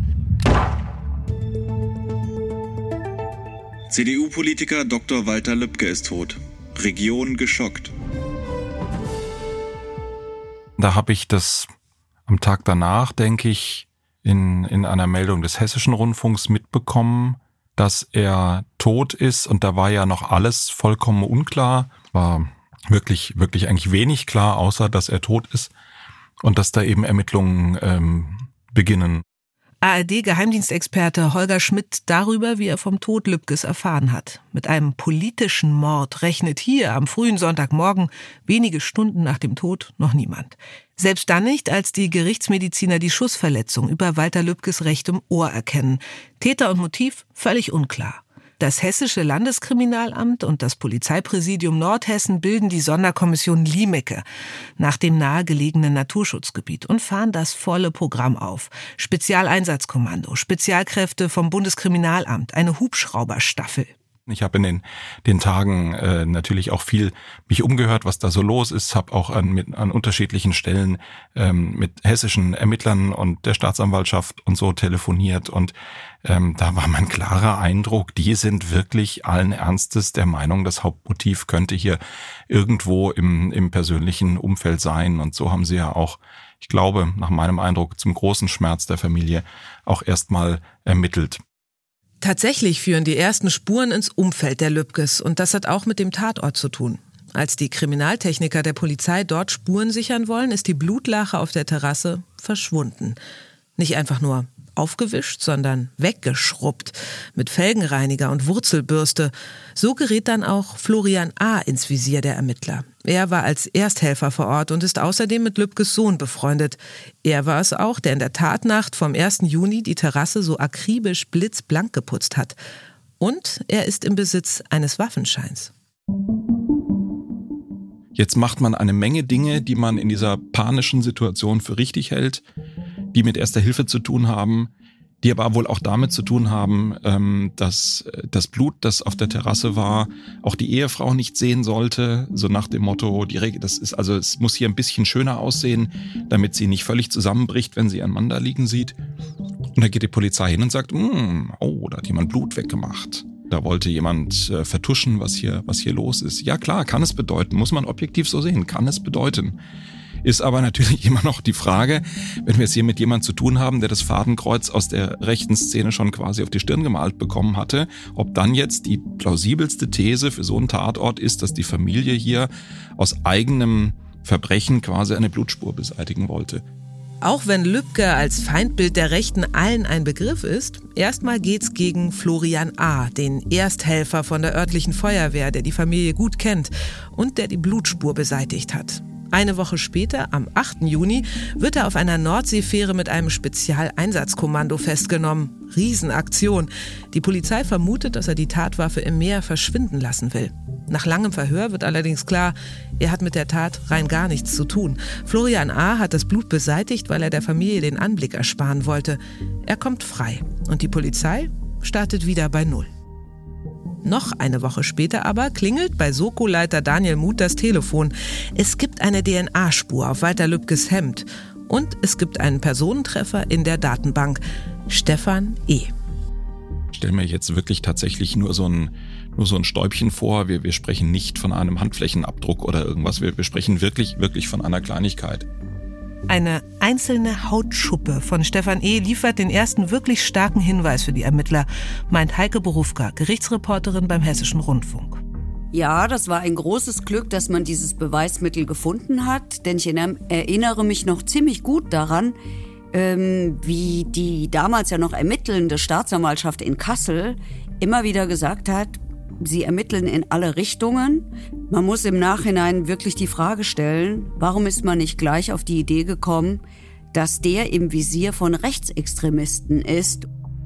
CDU-Politiker Dr. Walter Lübcke ist tot. Region geschockt. Da habe ich das am Tag danach, denke ich, in einer Meldung des Hessischen Rundfunks mitbekommen, dass er tot ist. Und da war ja noch alles vollkommen unklar, war wirklich eigentlich wenig klar, außer dass er tot ist und dass da eben Ermittlungen beginnen. ARD-Geheimdienstexperte Holger Schmidt darüber, wie er vom Tod Lübkes erfahren hat. Mit einem politischen Mord rechnet hier am frühen Sonntagmorgen, wenige Stunden nach dem Tod, noch niemand. Selbst dann nicht, als die Gerichtsmediziner die Schussverletzung über Walter Lübkes rechtem Ohr erkennen. Täter und Motiv völlig unklar. Das Hessische Landeskriminalamt und das Polizeipräsidium Nordhessen bilden die Sonderkommission Limeke nach dem nahegelegenen Naturschutzgebiet und fahren das volle Programm auf. Spezialeinsatzkommando, Spezialkräfte vom Bundeskriminalamt, eine Hubschrauberstaffel. Ich habe in den Tagen natürlich auch viel mich umgehört, was da so los ist, habe auch an unterschiedlichen Stellen mit hessischen Ermittlern und der Staatsanwaltschaft und so telefoniert und da war mein klarer Eindruck, die sind wirklich allen Ernstes der Meinung, das Hauptmotiv könnte hier irgendwo im persönlichen Umfeld sein und so haben sie ja auch, ich glaube, nach meinem Eindruck zum großen Schmerz der Familie auch erstmal ermittelt. Tatsächlich führen die ersten Spuren ins Umfeld der Lübkes und das hat auch mit dem Tatort zu tun. Als die Kriminaltechniker der Polizei dort Spuren sichern wollen, ist die Blutlache auf der Terrasse verschwunden. Nicht einfach nur aufgewischt, sondern weggeschrubbt mit Felgenreiniger und Wurzelbürste. So gerät dann auch Florian A. ins Visier der Ermittler. Er war als Ersthelfer vor Ort und ist außerdem mit Lübkes Sohn befreundet. Er war es auch, der in der Tatnacht vom 1. Juni die Terrasse so akribisch blitzblank geputzt hat. Und er ist im Besitz eines Waffenscheins. Jetzt macht man eine Menge Dinge, die man in dieser panischen Situation für richtig hält, die mit Erster Hilfe zu tun haben, die aber wohl auch damit zu tun haben, dass das Blut, das auf der Terrasse war, auch die Ehefrau nicht sehen sollte, so nach dem Motto, es muss hier ein bisschen schöner aussehen, damit sie nicht völlig zusammenbricht, wenn sie ihren Mann da liegen sieht. Und da geht die Polizei hin und sagt, da hat jemand Blut weggemacht. Da wollte jemand vertuschen, was hier los ist. Ja klar, kann es bedeuten, muss man objektiv so sehen, kann es bedeuten. Ist aber natürlich immer noch die Frage, wenn wir es hier mit jemandem zu tun haben, der das Fadenkreuz aus der rechten Szene schon quasi auf die Stirn gemalt bekommen hatte, ob dann jetzt die plausibelste These für so einen Tatort ist, dass die Familie hier aus eigenem Verbrechen quasi eine Blutspur beseitigen wollte. Auch wenn Lübke als Feindbild der Rechten allen ein Begriff ist, erstmal geht's gegen Florian A., den Ersthelfer von der örtlichen Feuerwehr, der die Familie gut kennt und der die Blutspur beseitigt hat. Eine Woche später, am 8. Juni, wird er auf einer Nordseefähre mit einem Spezialeinsatzkommando festgenommen. Riesenaktion. Die Polizei vermutet, dass er die Tatwaffe im Meer verschwinden lassen will. Nach langem Verhör wird allerdings klar, er hat mit der Tat rein gar nichts zu tun. Florian A. hat das Blut beseitigt, weil er der Familie den Anblick ersparen wollte. Er kommt frei und die Polizei startet wieder bei Null. Noch eine Woche später aber klingelt bei Soko-Leiter Daniel Muth das Telefon. Es gibt eine DNA-Spur auf Walter Lübkes Hemd und es gibt einen Personentreffer in der Datenbank. Stefan E. Ich stelle mir jetzt wirklich tatsächlich nur so ein Stäubchen vor. Wir sprechen nicht von einem Handflächenabdruck oder irgendwas. Wir sprechen wirklich von einer Kleinigkeit. Eine einzelne Hautschuppe von Stefan E. liefert den ersten wirklich starken Hinweis für die Ermittler, meint Heike Borufka, Gerichtsreporterin beim Hessischen Rundfunk. Ja, das war ein großes Glück, dass man dieses Beweismittel gefunden hat, denn ich erinnere mich noch ziemlich gut daran, wie die damals ja noch ermittelnde Staatsanwaltschaft in Kassel immer wieder gesagt hat, sie ermitteln in alle Richtungen. Man muss im Nachhinein wirklich die Frage stellen, warum ist man nicht gleich auf die Idee gekommen, dass der im Visier von Rechtsextremisten ist?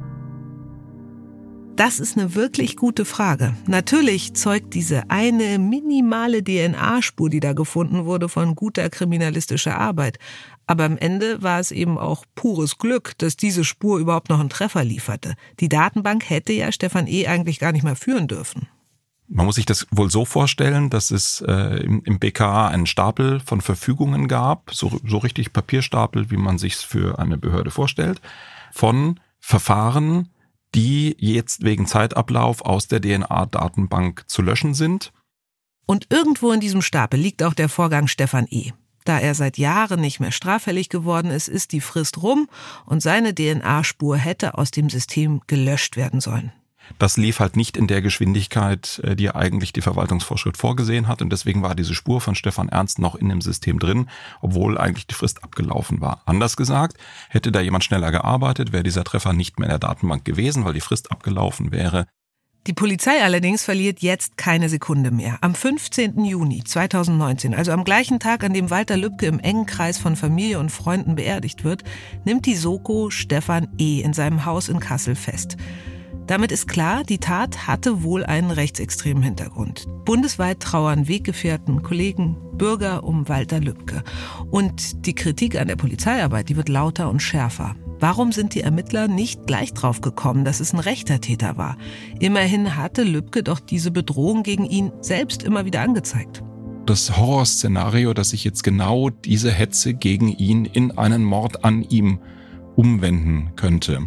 Das ist eine wirklich gute Frage. Natürlich zeugt diese eine minimale DNA-Spur, die da gefunden wurde, von guter kriminalistischer Arbeit. Aber am Ende war es eben auch pures Glück, dass diese Spur überhaupt noch einen Treffer lieferte. Die Datenbank hätte ja Stefan E. eigentlich gar nicht mehr führen dürfen. Man muss sich das wohl so vorstellen, dass es im BKA einen Stapel von Verfügungen gab, so richtig Papierstapel, wie man sich's für eine Behörde vorstellt, von Verfahren, die jetzt wegen Zeitablauf aus der DNA-Datenbank zu löschen sind. Und irgendwo in diesem Stapel liegt auch der Vorgang Stefan E. Da er seit Jahren nicht mehr straffällig geworden ist, ist die Frist rum und seine DNA-Spur hätte aus dem System gelöscht werden sollen. Das lief halt nicht in der Geschwindigkeit, die eigentlich die Verwaltungsvorschrift vorgesehen hat. Und deswegen war diese Spur von Stefan Ernst noch in dem System drin, obwohl eigentlich die Frist abgelaufen war. Anders gesagt, hätte da jemand schneller gearbeitet, wäre dieser Treffer nicht mehr in der Datenbank gewesen, weil die Frist abgelaufen wäre. Die Polizei allerdings verliert jetzt keine Sekunde mehr. Am 15. Juni 2019, also am gleichen Tag, an dem Walter Lübke im engen Kreis von Familie und Freunden beerdigt wird, nimmt die Soko Stefan E. in seinem Haus in Kassel fest. Damit ist klar, die Tat hatte wohl einen rechtsextremen Hintergrund. Bundesweit trauern Weggefährten, Kollegen, Bürger um Walter Lübke. Und die Kritik an der Polizeiarbeit, die wird lauter und schärfer. Warum sind die Ermittler nicht gleich drauf gekommen, dass es ein rechter Täter war? Immerhin hatte Lübke doch diese Bedrohung gegen ihn selbst immer wieder angezeigt. Das Horrorszenario, dass sich jetzt genau diese Hetze gegen ihn in einen Mord an ihm umwenden könnte.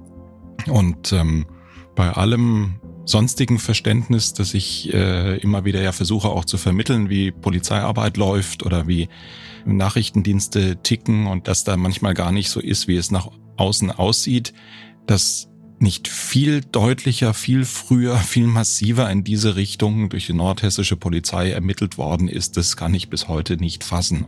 Und bei allem sonstigen Verständnis, das ich immer wieder ja versuche auch zu vermitteln, wie Polizeiarbeit läuft oder wie Nachrichtendienste ticken und dass da manchmal gar nicht so ist, wie es nach außen aussieht, dass nicht viel deutlicher, viel früher, viel massiver in diese Richtung durch die nordhessische Polizei ermittelt worden ist, das kann ich bis heute nicht fassen.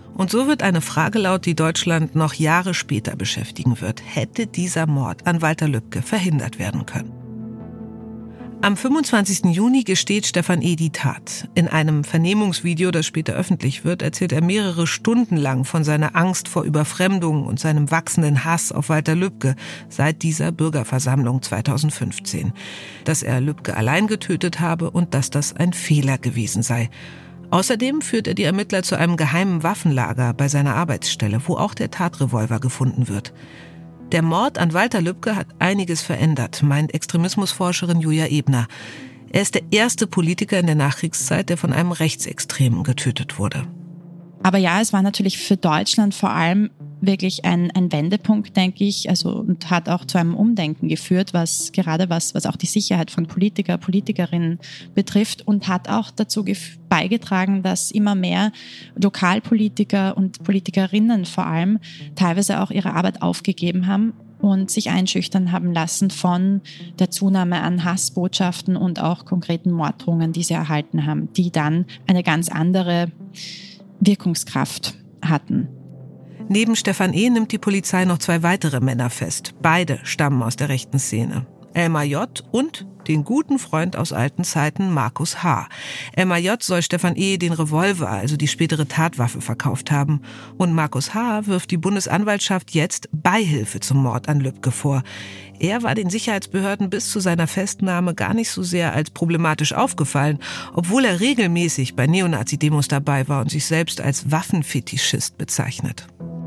Und so wird eine Frage laut, die Deutschland noch Jahre später beschäftigen wird. Hätte dieser Mord an Walter Lübcke verhindert werden können? Am 25. Juni gesteht Stefan E. die Tat. In einem Vernehmungsvideo, das später öffentlich wird, erzählt er mehrere Stunden lang von seiner Angst vor Überfremdung und seinem wachsenden Hass auf Walter Lübcke seit dieser Bürgerversammlung 2015. Dass er Lübcke allein getötet habe und dass das ein Fehler gewesen sei. Außerdem führt er die Ermittler zu einem geheimen Waffenlager bei seiner Arbeitsstelle, wo auch der Tatrevolver gefunden wird. Der Mord an Walter Lübcke hat einiges verändert, meint Extremismusforscherin Julia Ebner. Er ist der erste Politiker in der Nachkriegszeit, der von einem Rechtsextremen getötet wurde. Aber ja, es war natürlich für Deutschland vor allem wirklich ein Wendepunkt, denke ich, und hat auch zu einem Umdenken geführt, was auch die Sicherheit von Politikerinnen betrifft, und hat auch dazu beigetragen, dass immer mehr Lokalpolitiker und Politikerinnen vor allem teilweise auch ihre Arbeit aufgegeben haben und sich einschüchtern haben lassen von der Zunahme an Hassbotschaften und auch konkreten Morddrohungen, die sie erhalten haben, die dann eine ganz andere Wirkungskraft hatten. Neben Stefan E. nimmt die Polizei noch 2 weitere Männer fest. Beide stammen aus der rechten Szene. Elmar J. und den guten Freund aus alten Zeiten, Markus H. Elmar J. soll Stefan E. den Revolver, also die spätere Tatwaffe, verkauft haben. Und Markus H. wirft die Bundesanwaltschaft jetzt Beihilfe zum Mord an Lübcke vor. Er war den Sicherheitsbehörden bis zu seiner Festnahme gar nicht so sehr als problematisch aufgefallen, obwohl er regelmäßig bei Neonazi-Demos dabei war und sich selbst als Waffenfetischist bezeichnet.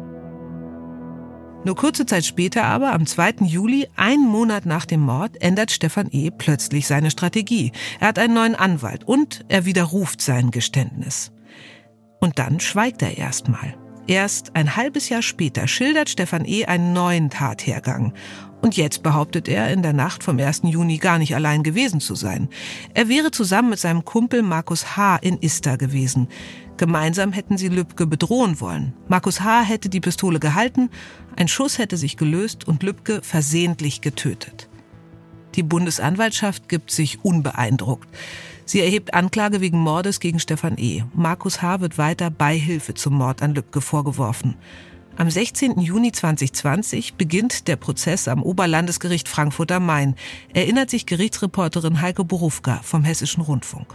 Nur kurze Zeit später aber, am 2. Juli, einen Monat nach dem Mord, ändert Stefan E. plötzlich seine Strategie. Er hat einen neuen Anwalt und er widerruft sein Geständnis. Und dann schweigt er erstmal. Erst ein halbes Jahr später schildert Stefan E. einen neuen Tathergang. Und jetzt behauptet er, in der Nacht vom 1. Juni gar nicht allein gewesen zu sein. Er wäre zusammen mit seinem Kumpel Markus H. in Istar gewesen. Gemeinsam hätten sie Lübcke bedrohen wollen. Markus H. hätte die Pistole gehalten, ein Schuss hätte sich gelöst und Lübcke versehentlich getötet. Die Bundesanwaltschaft gibt sich unbeeindruckt. Sie erhebt Anklage wegen Mordes gegen Stefan E. Markus H. wird weiter Beihilfe zum Mord an Lübcke vorgeworfen. Am 16. Juni 2020 beginnt der Prozess am Oberlandesgericht Frankfurt am Main, erinnert sich Gerichtsreporterin Heike Borufka vom Hessischen Rundfunk.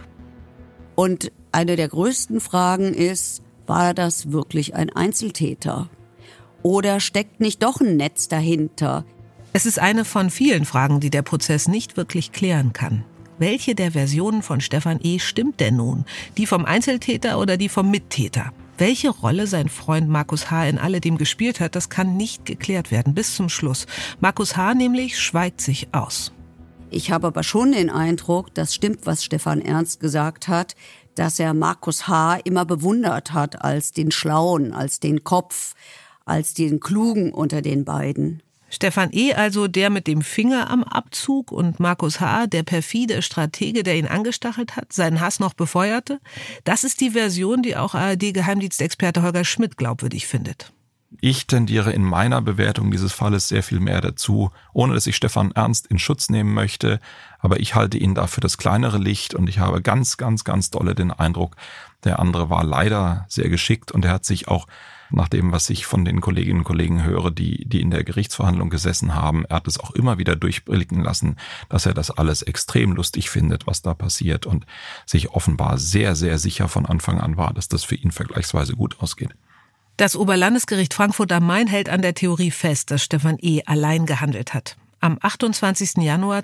Und eine der größten Fragen ist, war das wirklich ein Einzeltäter? Oder steckt nicht doch ein Netz dahinter? Es ist eine von vielen Fragen, die der Prozess nicht wirklich klären kann. Welche der Versionen von Stefan E. stimmt denn nun? Die vom Einzeltäter oder die vom Mittäter? Welche Rolle sein Freund Markus H. in alledem gespielt hat, das kann nicht geklärt werden, bis zum Schluss. Markus H. nämlich schweigt sich aus. Ich habe aber schon den Eindruck, das stimmt, was Stefan Ernst gesagt hat, dass er Markus H. immer bewundert hat als den Schlauen, als den Kopf, als den Klugen unter den beiden. Stefan E. also der mit dem Finger am Abzug und Markus H. der perfide Stratege, der ihn angestachelt hat, seinen Hass noch befeuerte? Das ist die Version, die auch ARD-Geheimdienstexperte Holger Schmidt glaubwürdig findet. Ich tendiere in meiner Bewertung dieses Falles sehr viel mehr dazu, ohne dass ich Stefan Ernst in Schutz nehmen möchte. Aber ich halte ihn da für das kleinere Licht und ich habe ganz dolle den Eindruck, der andere war leider sehr geschickt und er hat sich auch nach dem, was ich von den Kolleginnen und Kollegen höre, die in der Gerichtsverhandlung gesessen haben, er hat es auch immer wieder durchblicken lassen, dass er das alles extrem lustig findet, was da passiert und sich offenbar sehr sicher von Anfang an war, dass das für ihn vergleichsweise gut ausgeht. Das Oberlandesgericht Frankfurt am Main hält an der Theorie fest, dass Stefan E. allein gehandelt hat. Am 28. Januar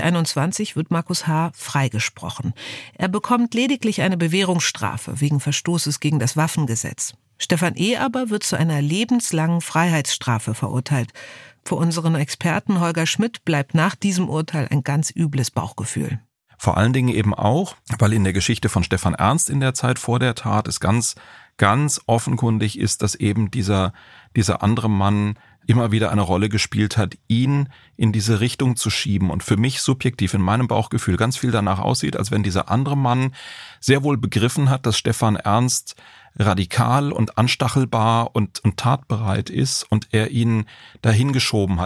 2021 wird Markus H. freigesprochen. Er bekommt lediglich eine Bewährungsstrafe wegen Verstoßes gegen das Waffengesetz. Stefan E. aber wird zu einer lebenslangen Freiheitsstrafe verurteilt. Für unseren Experten Holger Schmidt bleibt nach diesem Urteil ein ganz übles Bauchgefühl. Vor allen Dingen eben auch, weil in der Geschichte von Stefan Ernst in der Zeit vor der Tat es ganz offenkundig ist, dass eben dieser andere Mann immer wieder eine Rolle gespielt hat, ihn in diese Richtung zu schieben und für mich subjektiv in meinem Bauchgefühl ganz viel danach aussieht, als wenn dieser andere Mann sehr wohl begriffen hat, dass Stefan Ernst radikal und anstachelbar und tatbereit ist und er ihn dahin geschoben hat.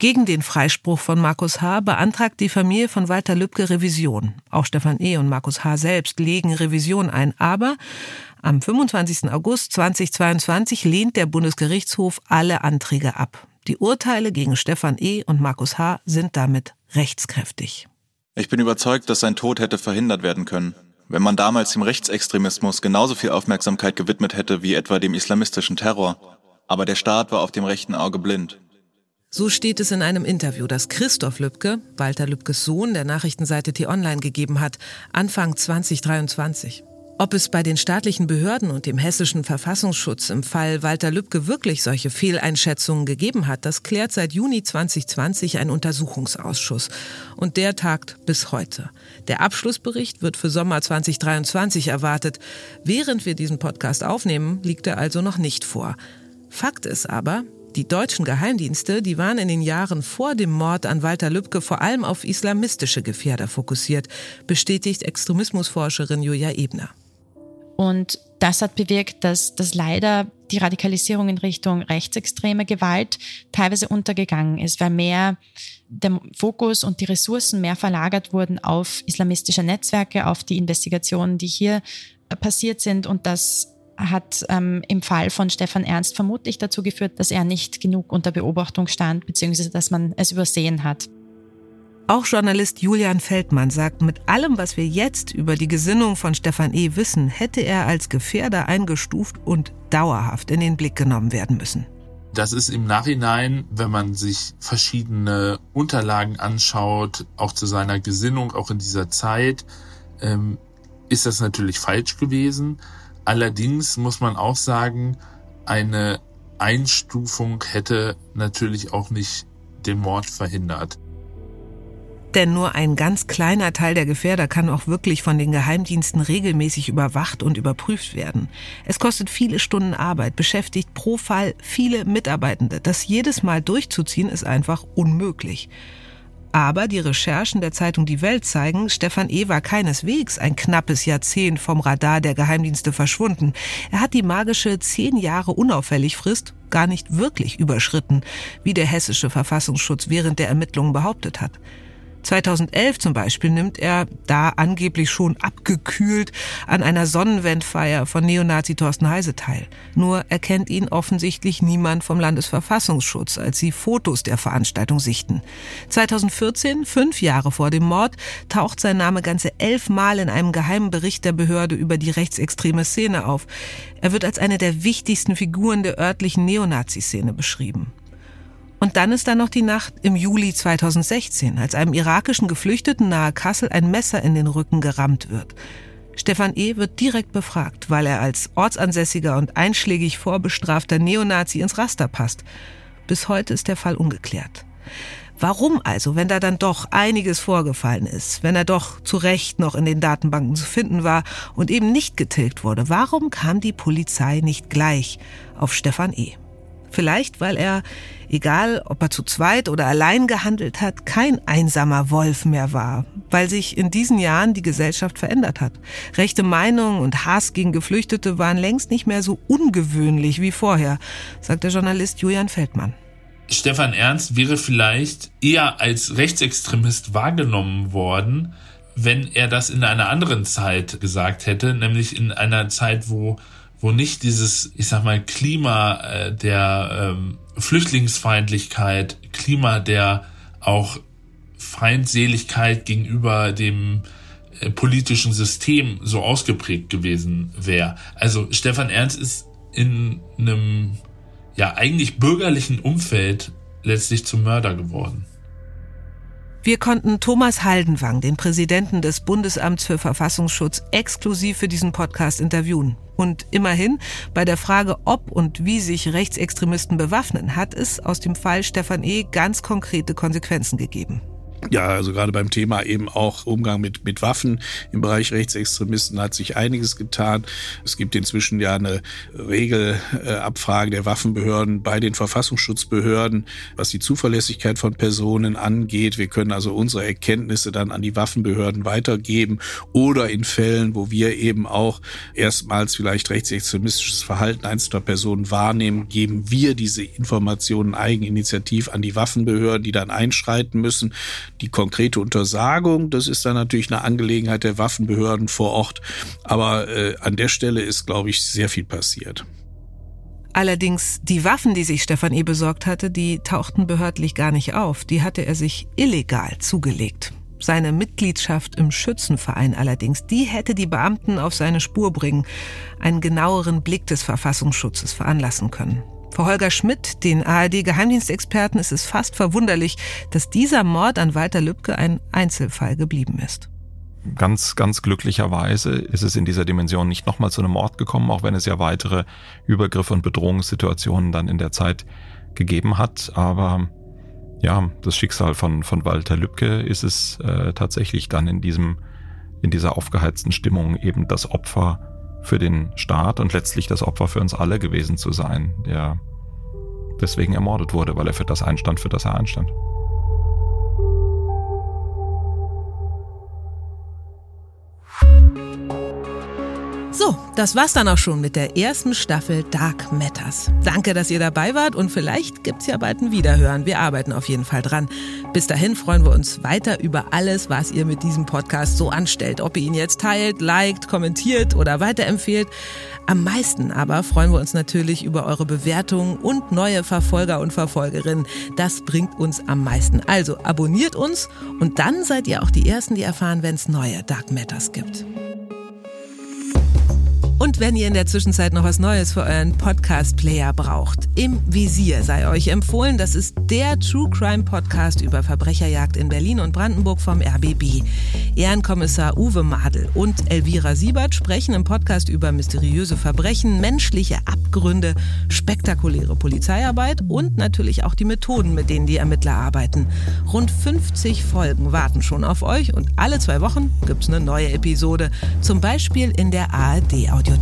Gegen den Freispruch von Markus H. beantragt die Familie von Walter Lübcke Revision. Auch Stefan E. und Markus H. selbst legen Revision ein. Aber am 25. August 2022 lehnt der Bundesgerichtshof alle Anträge ab. Die Urteile gegen Stefan E. und Markus H. sind damit rechtskräftig. Ich bin überzeugt, dass sein Tod hätte verhindert werden können, wenn man damals dem Rechtsextremismus genauso viel Aufmerksamkeit gewidmet hätte wie etwa dem islamistischen Terror. Aber der Staat war auf dem rechten Auge blind. So steht es in einem Interview, das Christoph Lübcke, Walter Lübckes Sohn, der Nachrichtenseite T-Online gegeben hat, Anfang 2023. Ob es bei den staatlichen Behörden und dem hessischen Verfassungsschutz im Fall Walter Lübcke wirklich solche Fehleinschätzungen gegeben hat, das klärt seit Juni 2020 ein Untersuchungsausschuss. Und der tagt bis heute. Der Abschlussbericht wird für Sommer 2023 erwartet. Während wir diesen Podcast aufnehmen, liegt er also noch nicht vor. Fakt ist aber, die deutschen Geheimdienste, die waren in den Jahren vor dem Mord an Walter Lübcke vor allem auf islamistische Gefährder fokussiert, bestätigt Extremismusforscherin Julia Ebner. Und das hat bewirkt, dass leider die Radikalisierung in Richtung rechtsextreme Gewalt teilweise untergegangen ist, weil mehr der Fokus und die Ressourcen mehr verlagert wurden auf islamistische Netzwerke, auf die Investigationen, die hier passiert sind. Und das hat im Fall von Stefan Ernst vermutlich dazu geführt, dass er nicht genug unter Beobachtung stand, beziehungsweise dass man es übersehen hat. Auch Journalist Julian Feldmann sagt, mit allem, was wir jetzt über die Gesinnung von Stefan E. wissen, hätte er als Gefährder eingestuft und dauerhaft in den Blick genommen werden müssen. Das ist im Nachhinein, wenn man sich verschiedene Unterlagen anschaut, auch zu seiner Gesinnung, auch in dieser Zeit, ist das natürlich falsch gewesen. Allerdings muss man auch sagen, eine Einstufung hätte natürlich auch nicht den Mord verhindert. Denn nur ein ganz kleiner Teil der Gefährder kann auch wirklich von den Geheimdiensten regelmäßig überwacht und überprüft werden. Es kostet viele Stunden Arbeit, beschäftigt pro Fall viele Mitarbeitende. Das jedes Mal durchzuziehen ist einfach unmöglich. Aber die Recherchen der Zeitung Die Welt zeigen, Stefan E. war keineswegs ein knappes Jahrzehnt vom Radar der Geheimdienste verschwunden. Er hat die magische 10 Jahre Unauffälligfrist gar nicht wirklich überschritten, wie der hessische Verfassungsschutz während der Ermittlungen behauptet hat. 2011 zum Beispiel nimmt er, da angeblich schon abgekühlt, an einer Sonnenwendfeier von Neonazi Thorsten Heise teil. Nur erkennt ihn offensichtlich niemand vom Landesverfassungsschutz, als sie Fotos der Veranstaltung sichten. 2014, 5 Jahre vor dem Mord, taucht sein Name ganze 11 Mal in einem geheimen Bericht der Behörde über die rechtsextreme Szene auf. Er wird als eine der wichtigsten Figuren der örtlichen Neonazi-Szene beschrieben. Und dann ist da noch die Nacht im Juli 2016, als einem irakischen Geflüchteten nahe Kassel ein Messer in den Rücken gerammt wird. Stefan E. wird direkt befragt, weil er als ortsansässiger und einschlägig vorbestrafter Neonazi ins Raster passt. Bis heute ist der Fall ungeklärt. Warum also, wenn da dann doch einiges vorgefallen ist, wenn er doch zu Recht noch in den Datenbanken zu finden war und eben nicht getilgt wurde, warum kam die Polizei nicht gleich auf Stefan E.? Vielleicht, weil er, egal ob er zu zweit oder allein gehandelt hat, kein einsamer Wolf mehr war, weil sich in diesen Jahren die Gesellschaft verändert hat. Rechte Meinungen und Hass gegen Geflüchtete waren längst nicht mehr so ungewöhnlich wie vorher, sagt der Journalist Julian Feldmann. Stefan Ernst wäre vielleicht eher als Rechtsextremist wahrgenommen worden, wenn er das in einer anderen Zeit gesagt hätte, nämlich in einer Zeit, wo nicht dieses, Klima der Flüchtlingsfeindlichkeit, Klima der auch Feindseligkeit gegenüber dem politischen System so ausgeprägt gewesen wäre. Also Stefan Ernst ist in einem eigentlich bürgerlichen Umfeld letztlich zum Mörder geworden. Wir konnten Thomas Haldenwang, den Präsidenten des Bundesamts für Verfassungsschutz, exklusiv für diesen Podcast interviewen. Und immerhin, bei der Frage, ob und wie sich Rechtsextremisten bewaffnen, hat es aus dem Fall Stefan E. ganz konkrete Konsequenzen gegeben. Ja, also gerade beim Thema eben auch Umgang mit Waffen im Bereich Rechtsextremisten hat sich einiges getan. Es gibt inzwischen ja eine Regelabfrage der Waffenbehörden bei den Verfassungsschutzbehörden, was die Zuverlässigkeit von Personen angeht. Wir können also unsere Erkenntnisse dann an die Waffenbehörden weitergeben oder in Fällen, wo wir eben auch erstmals vielleicht rechtsextremistisches Verhalten einzelner Personen wahrnehmen, geben wir diese Informationen eigeninitiativ an die Waffenbehörden, die dann einschreiten müssen. Die konkrete Untersagung, das ist dann natürlich eine Angelegenheit der Waffenbehörden vor Ort. Aber an der Stelle ist, glaube ich, sehr viel passiert. Allerdings, die Waffen, die sich Stefan E. besorgt hatte, die tauchten behördlich gar nicht auf. Die hatte er sich illegal zugelegt. Seine Mitgliedschaft im Schützenverein allerdings, die hätte die Beamten auf seine Spur bringen, einen genaueren Blick des Verfassungsschutzes veranlassen können. Für Holger Schmidt, den ARD-Geheimdienstexperten, ist es fast verwunderlich, dass dieser Mord an Walter Lübcke ein Einzelfall geblieben ist. Ganz, ganz glücklicherweise ist es in dieser Dimension nicht nochmal zu einem Mord gekommen, auch wenn es ja weitere Übergriffe und Bedrohungssituationen dann in der Zeit gegeben hat. Aber ja, das Schicksal von Walter Lübcke ist es tatsächlich dann in dieser aufgeheizten Stimmung eben das Opfer für den Staat und letztlich das Opfer für uns alle gewesen zu sein, der deswegen ermordet wurde, weil er für das einstand, für das er einstand. So, das war's dann auch schon mit der ersten Staffel Dark Matters. Danke, dass ihr dabei wart und vielleicht gibt's ja bald ein Wiederhören. Wir arbeiten auf jeden Fall dran. Bis dahin freuen wir uns weiter über alles, was ihr mit diesem Podcast so anstellt. Ob ihr ihn jetzt teilt, liked, kommentiert oder weiterempfehlt. Am meisten aber freuen wir uns natürlich über eure Bewertungen und neue Verfolger und Verfolgerinnen. Das bringt uns am meisten. Also abonniert uns und dann seid ihr auch die Ersten, die erfahren, wenn es neue Dark Matters gibt. Und wenn ihr in der Zwischenzeit noch was Neues für euren Podcast-Player braucht, Im Visier sei euch empfohlen. Das ist der True-Crime-Podcast über Verbrecherjagd in Berlin und Brandenburg vom RBB. Ehrenkommissar Uwe Madel und Elvira Siebert sprechen im Podcast über mysteriöse Verbrechen, menschliche Abgründe, spektakuläre Polizeiarbeit und natürlich auch die Methoden, mit denen die Ermittler arbeiten. Rund 50 Folgen warten schon auf euch und alle 2 Wochen gibt's eine neue Episode. Zum Beispiel in der ARD-Audiothek.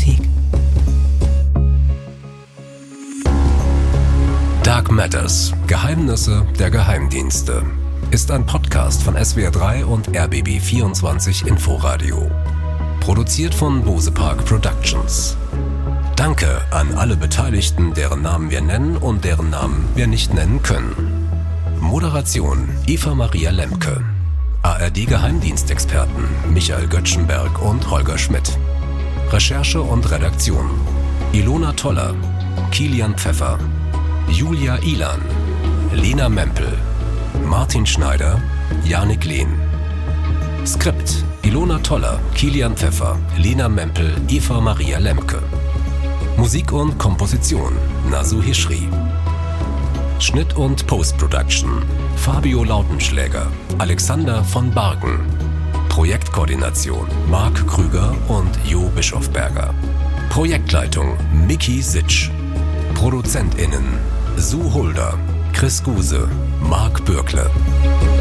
Dark Matters – Geheimnisse der Geheimdienste ist ein Podcast von SWR3 und RBB24 Inforadio. Produziert von Bose Park Productions. Danke an alle Beteiligten, deren Namen wir nennen und deren Namen wir nicht nennen können. Moderation Eva Maria Lemke. ARD-Geheimdienstexperten Michael Göttschenberg und Holger Schmidt. Recherche und Redaktion Ilona Toller, Kilian Pfeffer, Julia Ilan, Lena Mempel, Martin Schneider, Janik Lehn. Skript Ilona Toller, Kilian Pfeffer, Lena Mempel, Eva Maria Lemke. Musik und Komposition Nasu Hischri. Schnitt und Post-Production Fabio Lautenschläger, Alexander von Bargen. Projektkoordination Marc Krüger und Jo Bischofberger. Projektleitung Miki Sitsch. ProduzentInnen Sue Hulder, Chris Guse, Marc Bürkle.